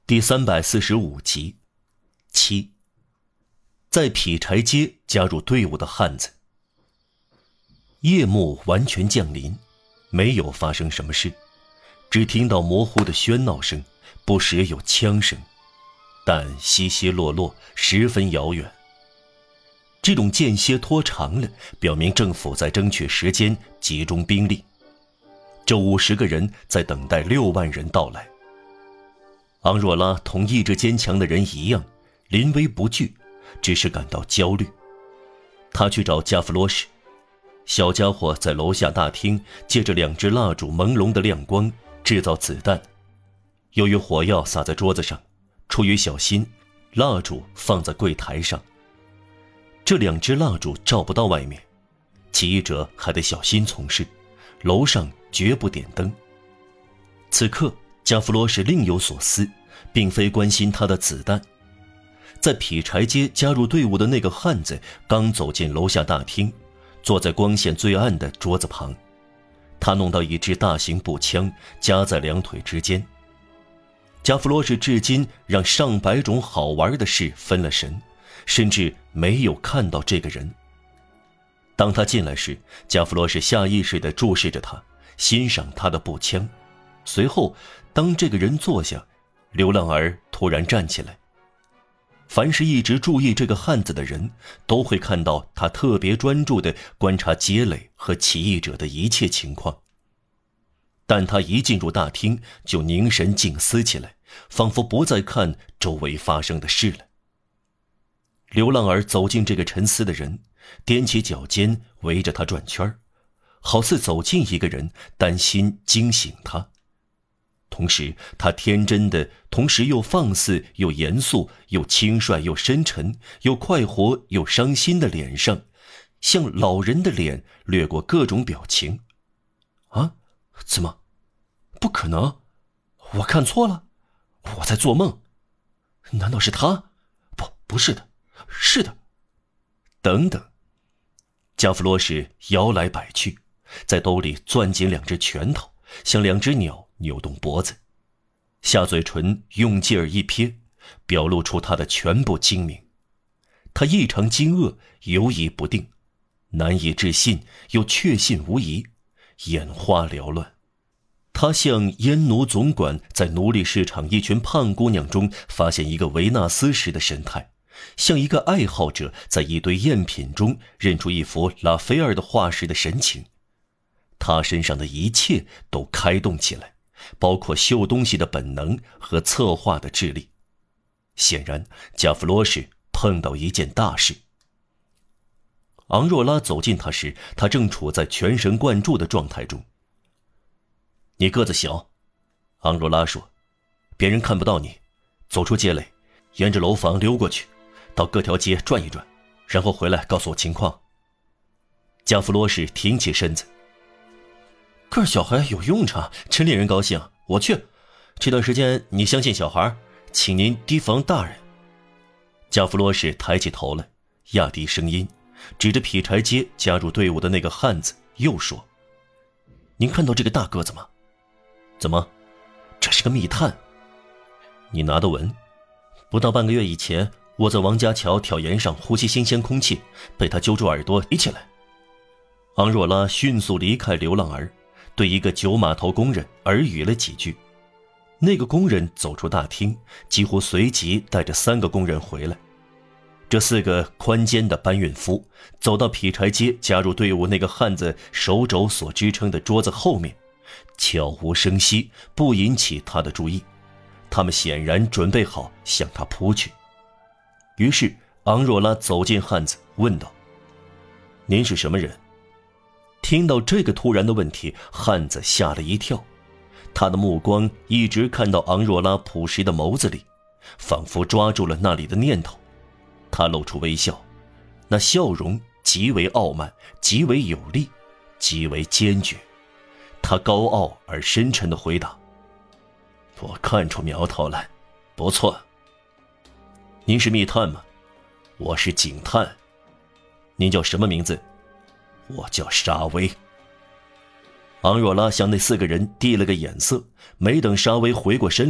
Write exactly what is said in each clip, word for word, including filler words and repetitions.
第三百四十五集。七，在劈柴街加入队伍的汉子。夜幕完全降临，没有发生什么事，只听到模糊的喧闹声，不时有枪声，但稀稀落落，十分遥远。这种间歇拖长了，表明政府在争取时间，集中兵力。这五十个人在等待六万人到来。昂若拉同意志坚强的人一样，临危不惧，只是感到焦虑。他去找加弗罗什，小家伙在楼下大厅借着两只蜡烛朦胧的亮光制造子弹。由于火药洒在桌子上，出于小心，蜡烛放在柜台上。这两只蜡烛照不到外面，起义者还得小心从事，楼上绝不点灯。此刻加弗罗什另有所思，并非关心他的子弹。在劈柴街加入队伍的那个汉子刚走进楼下大厅，坐在光线最暗的桌子旁，他弄到一支大型步枪夹在两腿之间。加弗罗什至今让上百种好玩的事分了神，甚至没有看到这个人。当他进来时，加弗罗什下意识地注视着他，欣赏他的步枪。随后当这个人坐下，流浪儿突然站起来。凡是一直注意这个汉子的人，都会看到他特别专注地观察街垒和起义者的一切情况。但他一进入大厅，就凝神静思起来，仿佛不再看周围发生的事了。流浪儿走进这个沉思的人，踮起脚尖围着他转圈，好似走近一个人，担心惊醒他。同时他天真的，同时又放肆又严肃，又轻率又深沉，又快活又伤心的脸上，像老人的脸掠过各种表情。啊，怎么？不可能，我看错了，我在做梦。难道是他？不，不是的，是的。等等。加弗罗什摇来摆去，在兜里攥紧两只拳头，像两只鸟扭动脖子，下嘴唇用劲儿一撇，表露出他的全部精明。他异常惊愕，犹疑不定，难以置信又确信无疑，眼花缭乱。他像阉奴总管在奴隶市场一群胖姑娘中发现一个维纳斯时的神态，像一个爱好者在一堆赝品中认出一幅拉斐尔的画时的神情。他身上的一切都开动起来，包括嗅东西的本能和策划的智力。显然加弗罗什碰到一件大事。昂若拉走近他时，他正处在全神贯注的状态中。你个子小，昂若拉说，别人看不到你，走出街垒，沿着楼房溜过去，到各条街转一转，然后回来告诉我情况。加弗罗什挺起身子，个儿小孩有用场，真令人高兴，我去。这段时间你相信小孩，请您提防大人。加弗罗什抬起头来，压低声音，指着劈柴街加入队伍的那个汉子，又说，您看到这个大个子吗？怎么？这是个密探。你拿得稳？不到半个月以前，我在王家桥挑沿上呼吸新鲜空气，被他揪住耳朵提起来。昂若拉迅速离开流浪儿，对一个九码头工人耳语了几句。那个工人走出大厅，几乎随即带着三个工人回来。这四个宽肩的搬运夫走到劈柴街加入队伍那个汉子手肘所支撑的桌子后面，悄无声息，不引起他的注意。他们显然准备好向他扑去。于是昂若拉走近汉子，问道，您是什么人？听到这个突然的问题，汉子吓了一跳，他的目光一直看到昂若拉朴实的眸子里，仿佛抓住了那里的念头。他露出微笑，那笑容极为傲慢，极为有力，极为坚决。他高傲而深沉地回答，我看出苗头来，不错。您是密探吗？我是警探。您叫什么名字？我叫沙威。昂若拉向那四个人递了个眼色，没等沙威回过身来，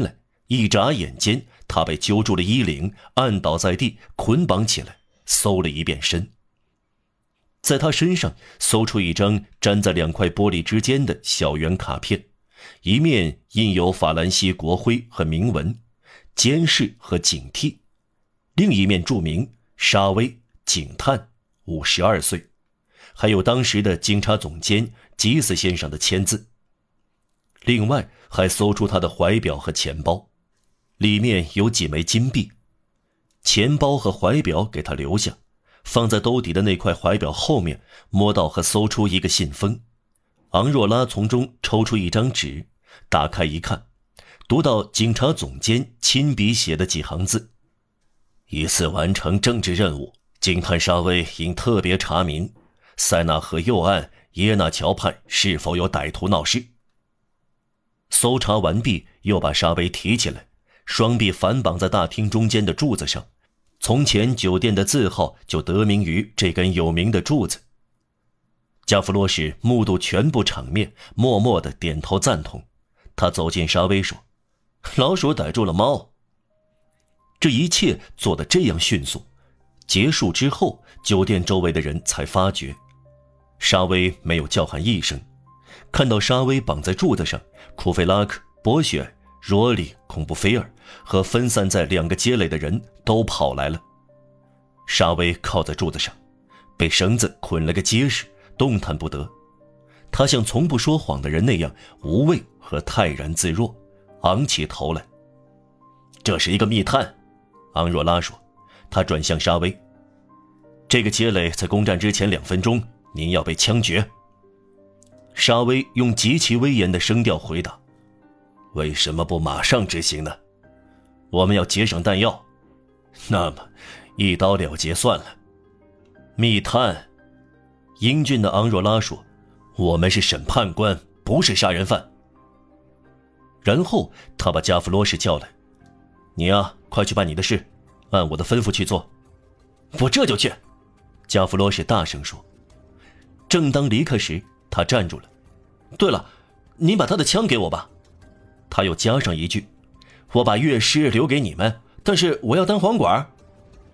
一眨眼间，他被揪住了衣领，按倒在地，捆绑起来，搜了一遍身。在他身上搜出一张粘在两块玻璃之间的小圆卡片，一面印有法兰西国徽和铭文监视和警惕，另一面注明沙威警探五十二岁，还有当时的警察总监吉斯先生的签字。另外还搜出他的怀表和钱包，里面有几枚金币。钱包和怀表给他留下，放在兜底的那块怀表后面，摸到和搜出一个信封。昂若拉从中抽出一张纸，打开一看，读到警察总监亲笔写的几行字：一次完成政治任务，警探沙威应特别查明塞纳河右岸耶纳桥畔是否有歹徒闹事。搜查完毕，又把沙威提起来，双臂反绑在大厅中间的柱子上。从前酒店的字号就得名于这根有名的柱子。加弗罗什目睹全部场面，默默地点头赞同。他走近沙威说：老鼠逮住了猫。这一切做得这样迅速，结束之后，酒店周围的人才发觉。沙威没有叫喊一声，看到沙威绑在柱子上，库菲拉克、博雪尔、罗里、孔布菲尔和分散在两个街垒的人都跑来了。沙威靠在柱子上，被绳子捆了个结实，动弹不得。他像从不说谎的人那样无畏和泰然自若，昂起头来。这是一个密探，昂若拉说。他转向沙威：这个街垒在攻占之前两分钟，您要被枪决。沙威用极其威严的声调回答：为什么不马上执行呢？我们要节省弹药。那么一刀了结算了。密探，英俊的昂若拉说，我们是审判官，不是杀人犯。然后他把加弗罗什叫来：你啊，快去办你的事，按我的吩咐去做。我这就去，加弗罗什大声说。正当离开时，他站住了。对了，您把他的枪给我吧。他又加上一句：我把乐师留给你们，但是我要单簧管。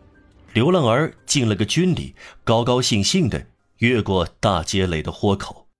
流浪儿进了个军礼，高高兴兴地越过大街垒的豁口。